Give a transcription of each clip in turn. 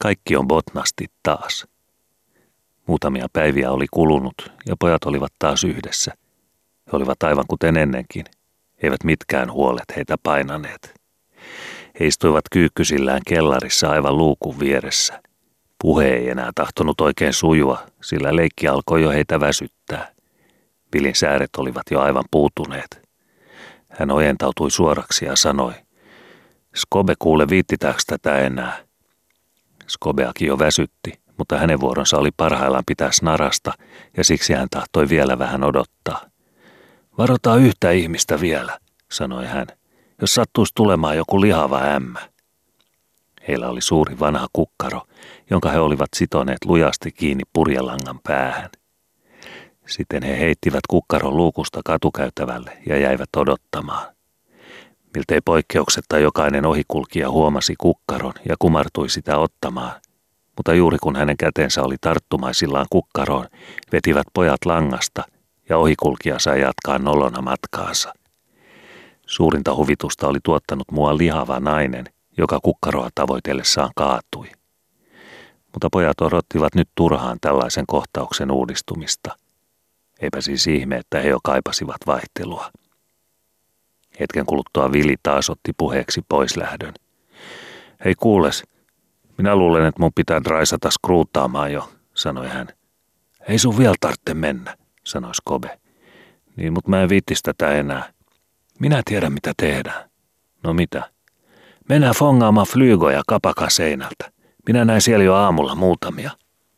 Kaikki on botnasti taas. Muutamia päiviä oli kulunut ja pojat olivat taas yhdessä. He olivat aivan kuten ennenkin, eivät mitkään huolet heitä painaneet. He istuivat kyykkysillään kellarissa aivan luukun vieressä. Puhe ei enää tahtonut oikein sujua, sillä leikki alkoi jo heitä väsyttää. Vilin sääret olivat jo aivan puutuneet. Hän ojentautui suoraksi ja sanoi, Skobe, kuule, viittitäänkö tätä enää? Skobeakin jo väsytti, mutta hänen vuoronsa oli parhaillaan pitää snarasta ja siksi hän tahtoi vielä vähän odottaa. Varotaan yhtä ihmistä vielä, sanoi hän, jos sattuisi tulemaan joku lihava ämmä. Heillä oli suuri vanha kukkaro, jonka he olivat sitoneet lujasti kiinni purjelangan päähän. Sitten he heittivät kukkaron luukusta katukäytävälle ja jäivät odottamaan. Miltei poikkeuksetta jokainen ohikulkija huomasi kukkaron ja kumartui sitä ottamaan, mutta juuri kun hänen kätensä oli tarttumaisillaan kukkaroon, vetivät pojat langasta ja ohikulkija sai jatkaa nolona matkaansa. Suurinta huvitusta oli tuottanut mua lihava nainen, joka kukkaroa tavoitellessaan kaatui. Mutta pojat odottivat nyt turhaan tällaisen kohtauksen uudistumista. Eipä siis ihme, että he jo kaipasivat vaihtelua. Hetken kuluttua Vili taas otti puheeksi poislähdön. Hei kuules, minä luulen, että mun pitää raisata skruuttaamaan jo, sanoi hän. Ei sun vielä tarvitse mennä, sanoi Skobe. Niin, mutta mä en viittis tätä enää. Minä tiedän, mitä tehdään. No mitä? Mennään fongaamaan flygoja kapakan seinältä. Minä näin siellä jo aamulla muutamia.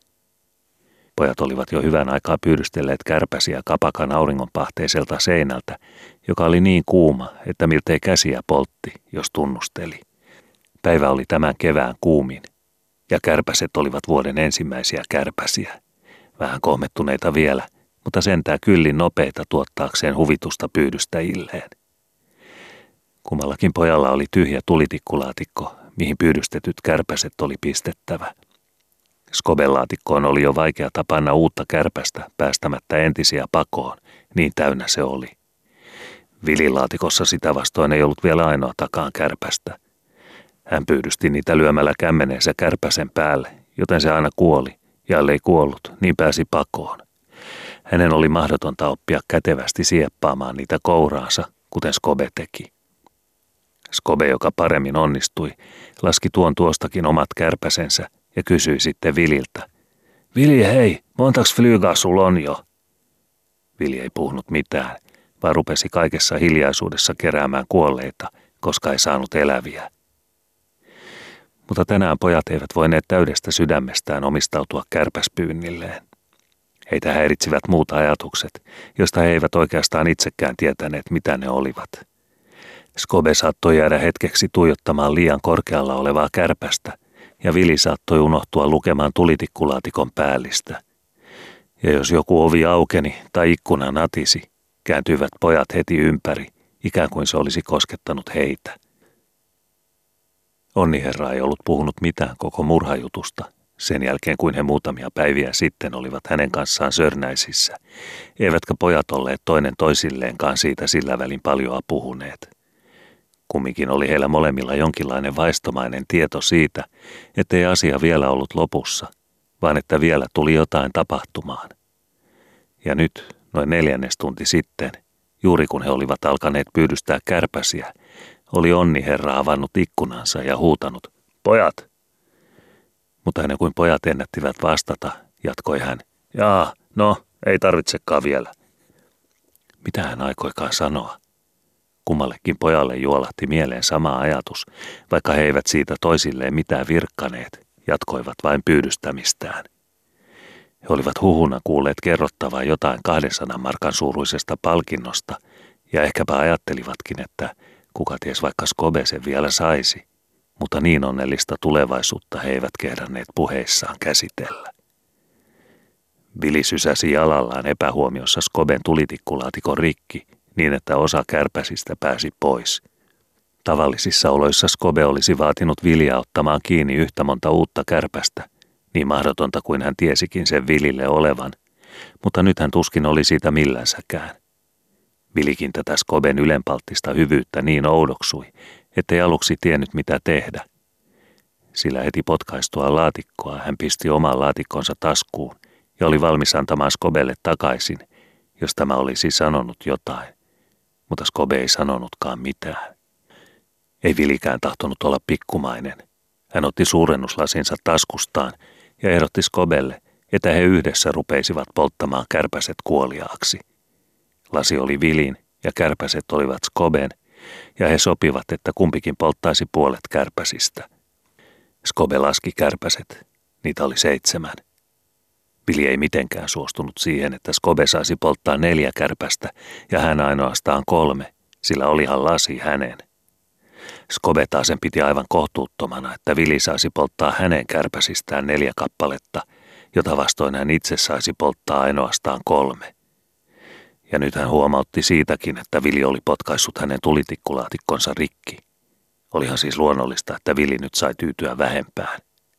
Pojat olivat jo hyvän aikaa pyydystelleet kärpäsiä kapakan auringonpahteiselta seinältä, joka oli niin kuuma, että miltei käsiä poltti, jos tunnusteli. Päivä oli tämän kevään kuumin, ja kärpäset olivat vuoden ensimmäisiä kärpäsiä. Vähän kohmettuneita vielä, mutta sentään kyllin nopeita tuottaakseen huvitusta pyydystäjilleen. Kummallakin pojalla oli tyhjä tulitikkulaatikko, mihin pyydystetyt kärpäset oli pistettävä. Skoben laatikkoon oli jo vaikeata panna uutta kärpästä päästämättä entisiä pakoon, niin täynnä se oli. Vilin laatikossa sitä vastoin ei ollut vielä ainoatakaan kärpästä. Hän pyydysti niitä lyömällä kämmeneensä kärpäsen päälle, joten se aina kuoli, ja ellei kuollut, niin pääsi pakoon. Hänen oli mahdotonta oppia kätevästi sieppaamaan niitä kouraansa, kuten Skobe teki. Skobe, joka paremmin onnistui, laski tuon tuostakin omat kärpäsensä ja kysyi sitten Vililtä. Vili, hei, montaks flygaa sul on jo? Vili ei puhunut mitään, vaan rupesi kaikessa hiljaisuudessa keräämään kuolleita, koska ei saanut eläviä. Mutta tänään pojat eivät voineet täydestä sydämestään omistautua kärpäspyynnilleen. Heitä häiritsivät muut ajatukset, joista he eivät oikeastaan itsekään tietäneet, mitä ne olivat. Skobe saattoi jäädä hetkeksi tuijottamaan liian korkealla olevaa kärpästä, ja Vili saattoi unohtua lukemaan tulitikkulaatikon päällistä. Ja jos joku ovi aukeni tai ikkuna natisi, kääntyivät pojat heti ympäri, ikään kuin se olisi koskettanut heitä. Onniherra ei ollut puhunut mitään koko murhajutusta, sen jälkeen kuin he muutamia päiviä sitten olivat hänen kanssaan Sörnäisissä, eivätkä pojat olleet toinen toisilleenkaan siitä sillä välin paljoa puhuneet. Kumminkin oli heillä molemmilla jonkinlainen vaistomainen tieto siitä, ettei asia vielä ollut lopussa, vaan että vielä tuli jotain tapahtumaan. Ja nyt, noin 4. tunti sitten, juuri kun he olivat alkaneet pyydystää kärpäsiä, oli Onniherra avannut ikkunansa ja huutanut, pojat! Mutta ennen kuin pojat ennättivät vastata, jatkoi hän, jaa, no, ei tarvitsekaan vielä. Mitä hän aikoikaan sanoa? Kummallekin pojalle juolahti mieleen sama ajatus, vaikka he eivät siitä toisilleen mitään virkkaneet, jatkoivat vain pyydystämistään. He olivat huhuna kuulleet kerrottavaa jotain 200 markan suuruisesta palkinnosta, ja ehkäpä ajattelivatkin, että kuka ties vaikka Skobe sen vielä saisi, mutta niin onnellista tulevaisuutta he eivät kehdanneet puheissaan käsitellä. Vili sysäsi jalallaan epähuomiossa Skoben tulitikkulaatikon rikki, niin että osa kärpäsistä pääsi pois. Tavallisissa oloissa Skobe olisi vaatinut Viliä ottamaan kiinni yhtä monta uutta kärpästä, niin mahdotonta kuin hän tiesikin sen Vilille olevan, mutta nyt hän tuskin oli siitä millänsäkään. Vilikin tätä Skoben ylenpalttista hyvyyttä niin oudoksui, ettei aluksi tiennyt mitä tehdä. Sillä heti potkaistuaan laatikkoa hän pisti oman laatikkonsa taskuun ja oli valmis antamaan Scobelle takaisin, jos tämä olisi sanonut jotain. Mutta Scobe ei sanonutkaan mitään. Ei Vilikään tahtonut olla pikkumainen. Hän otti suurennuslasinsa taskustaan ja ehdotti Scobelle, että he yhdessä rupeisivat polttamaan kärpäset kuoliaaksi. Lasi oli Vilin ja kärpäset olivat Scoben, ja he sopivat, että kumpikin polttaisi puolet kärpäsistä. Scobe laski kärpäset. Niitä oli 7. Vili ei mitenkään suostunut siihen, että Scobe saisi polttaa 4 kärpästä ja hän ainoastaan 3, sillä olihan lasi hänen. Scobe taasen piti aivan kohtuuttomana, että Vili saisi polttaa hänen kärpäsistään 4 kappaletta, jota vastoin hän itse saisi polttaa ainoastaan 3. Ja nyt hän huomautti siitäkin, että Vili oli potkaissut hänen tulitikkulaatikkonsa rikki. Olihan siis luonnollista, että Vili nyt sai tyytyä vähempään.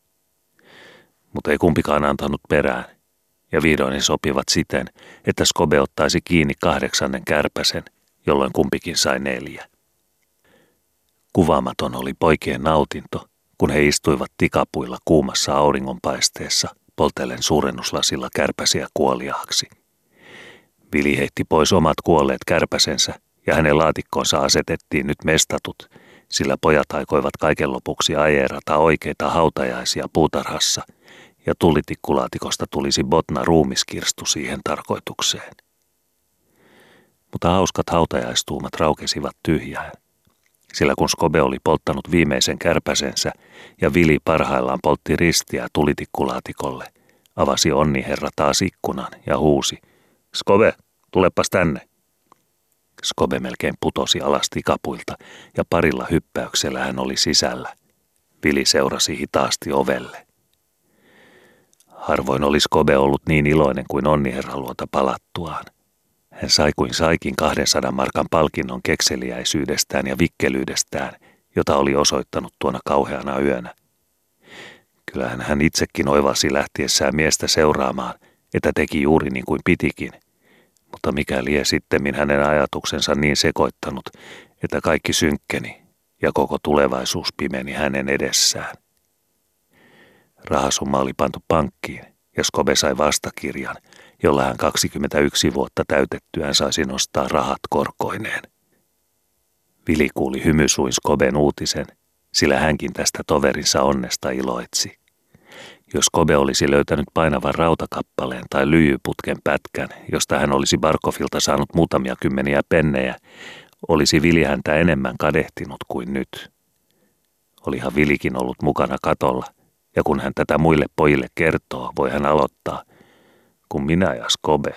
Mutta ei kumpikaan antanut perään, ja vihdoin he sopivat siten, että Scobe ottaisi kiinni 8. kärpäsen, jolloin kumpikin sai 4. Kuvaamaton oli poikien nautinto, kun he istuivat tikapuilla kuumassa auringonpaisteessa, poltellen suurennuslasilla kärpäsiä kuoliaaksi. Vili heitti pois omat kuolleet kärpäsensä, ja hänen laatikkonsa asetettiin nyt mestatut, sillä pojat aikoivat kaiken lopuksi ajeerata oikeita hautajaisia puutarhassa, ja tulitikulaatikosta tulisi botna ruumiskirstu siihen tarkoitukseen. Mutta hauskat hautajaistuumat raukesivat tyhjään, sillä kun Scobe oli polttanut viimeisen kärpäsensä ja Vili parhaillaan poltti ristiä tulitikulaatikolle, avasi Onniherra taas ikkunan ja huusi, "Scobe, tulepas tänne!" Scobe melkein putosi alas tikapuilta ja parilla hyppäyksellä hän oli sisällä. Vili seurasi hitaasti ovelle. Harvoin oli Scobe ollut niin iloinen kuin Onniherran luota palattuaan. Hän sai kuin saikin 200 markan palkinnon kekseliäisyydestään ja vikkelyydestään, jota oli osoittanut tuona kauheana yönä. Kyllähän hän itsekin oivalsi lähtiessään miestä seuraamaan, että teki juuri niin kuin pitikin, mutta mikä lie sittemmin hänen ajatuksensa niin sekoittanut, että kaikki synkkeni ja koko tulevaisuus pimeni hänen edessään. Rahasumma oli pantu pankkiin ja Scobe sai vastakirjan, jolla hän 21 vuotta täytettyään saisi nostaa rahat korkoineen. Vili kuuli hymysuin Scoben uutisen, sillä hänkin tästä toverinsa onnesta iloitsi. Jos Scobe olisi löytänyt painavan rautakappaleen tai lyijyputken pätkän, josta hän olisi Barkovilta saanut muutamia kymmeniä pennejä, olisi Vili häntä enemmän kadehtinut kuin nyt. Olihan Vilikin ollut mukana katolla, ja kun hän tätä muille pojille kertoo, voi hän aloittaa, kun minä ja Scobe.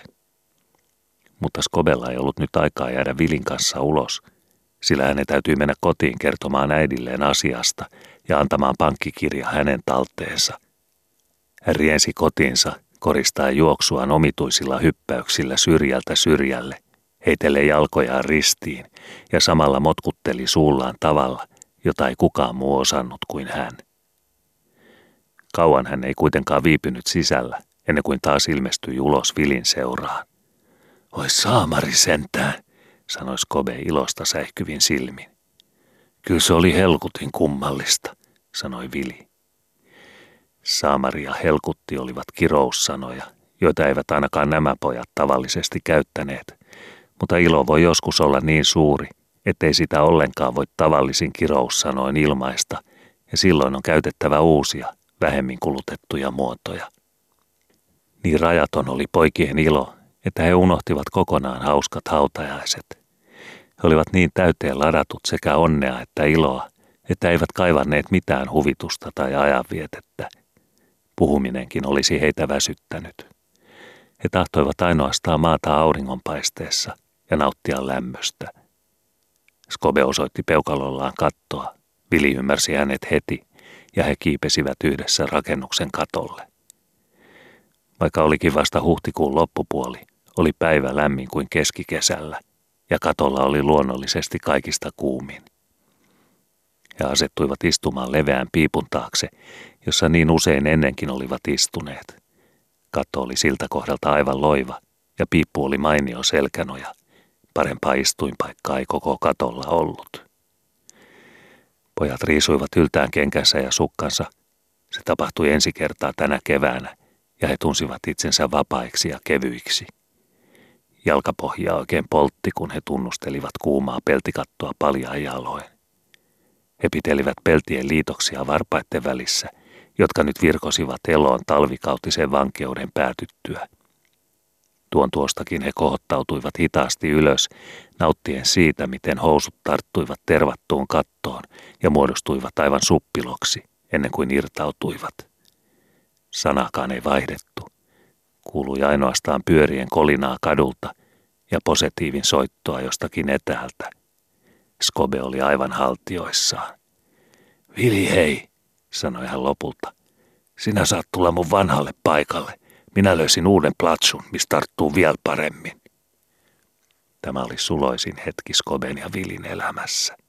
Mutta Scobella ei ollut nyt aikaa jäädä Vilin kanssa ulos, sillä hänen täytyy mennä kotiin kertomaan äidilleen asiasta ja antamaan pankkikirja hänen talteensa. Hän riensi kotiinsa, koristaa juoksuaan omituisilla hyppäyksillä syrjältä syrjälle, heitelle jalkojaan ristiin ja samalla motkutteli suullaan tavalla, jota ei kukaan muu osannut kuin hän. Kauan hän ei kuitenkaan viipynyt sisällä, ennen kuin taas ilmestyi ulos Vilin seuraan. "Oi saamari sentään", sanoi Scobe ilosta säihkyvin silmin. "Kyllä se oli helkutin kummallista", sanoi Vili. Saamari ja helkutti olivat kiroussanoja, joita eivät ainakaan nämä pojat tavallisesti käyttäneet, mutta ilo voi joskus olla niin suuri, ettei sitä ollenkaan voi tavallisin kiroussanoin ilmaista, ja silloin on käytettävä uusia, vähemmin kulutettuja muotoja. Niin rajaton oli poikien ilo, että he unohtivat kokonaan hauskat hautajaiset. He olivat niin täyteen ladatut sekä onnea että iloa, että eivät kaivanneet mitään huvitusta tai ajanvietettä. Puhuminenkin olisi heitä väsyttänyt. He tahtoivat ainoastaan maata auringonpaisteessa ja nauttia lämmöstä. Scobe osoitti peukalollaan kattoa. Vili ymmärsi hänet heti, ja he kiipesivät yhdessä rakennuksen katolle. Vaikka olikin vasta huhtikuun loppupuoli, oli päivä lämmin kuin keskikesällä, ja katolla oli luonnollisesti kaikista kuumin. He asettuivat istumaan leveän piipun taakse, jossa niin usein ennenkin olivat istuneet. Katto oli siltä kohdalta aivan loiva, ja piippu oli mainio selkänoja. Parempaa istuinpaikkaa ei koko katolla ollut. Pojat riisuivat yltään kenkänsä ja sukkansa Se tapahtui ensi kertaa tänä keväänä, ja he tunsivat itsensä vapaiksi ja kevyiksi. Jalkapohjaa oikein poltti, kun he tunnustelivat kuumaa peltikattoa paljain jaloin. He pitelivät peltien liitoksia varpaitten välissä, jotka nyt virkosivat eloon talvikautisen vankeuden päätyttyä. Tuon tuostakin he kohottautuivat hitaasti ylös, nauttien siitä, miten housut tarttuivat tervattuun kattoon ja muodostuivat aivan suppiloksi, ennen kuin irtautuivat. Sanakaan ei vaihdettu. Kuului ainoastaan pyörien kolinaa kadulta ja posetiivin soittoa jostakin etäältä. Skobe oli aivan haltioissaan. "Vili, hei", sanoi hän lopulta. "Sinä saat tulla mun vanhalle paikalle. Minä löysin uuden platsun, mistä tarttuu vielä paremmin." Tämä oli suloisin hetki Skoben ja Vilin elämässä.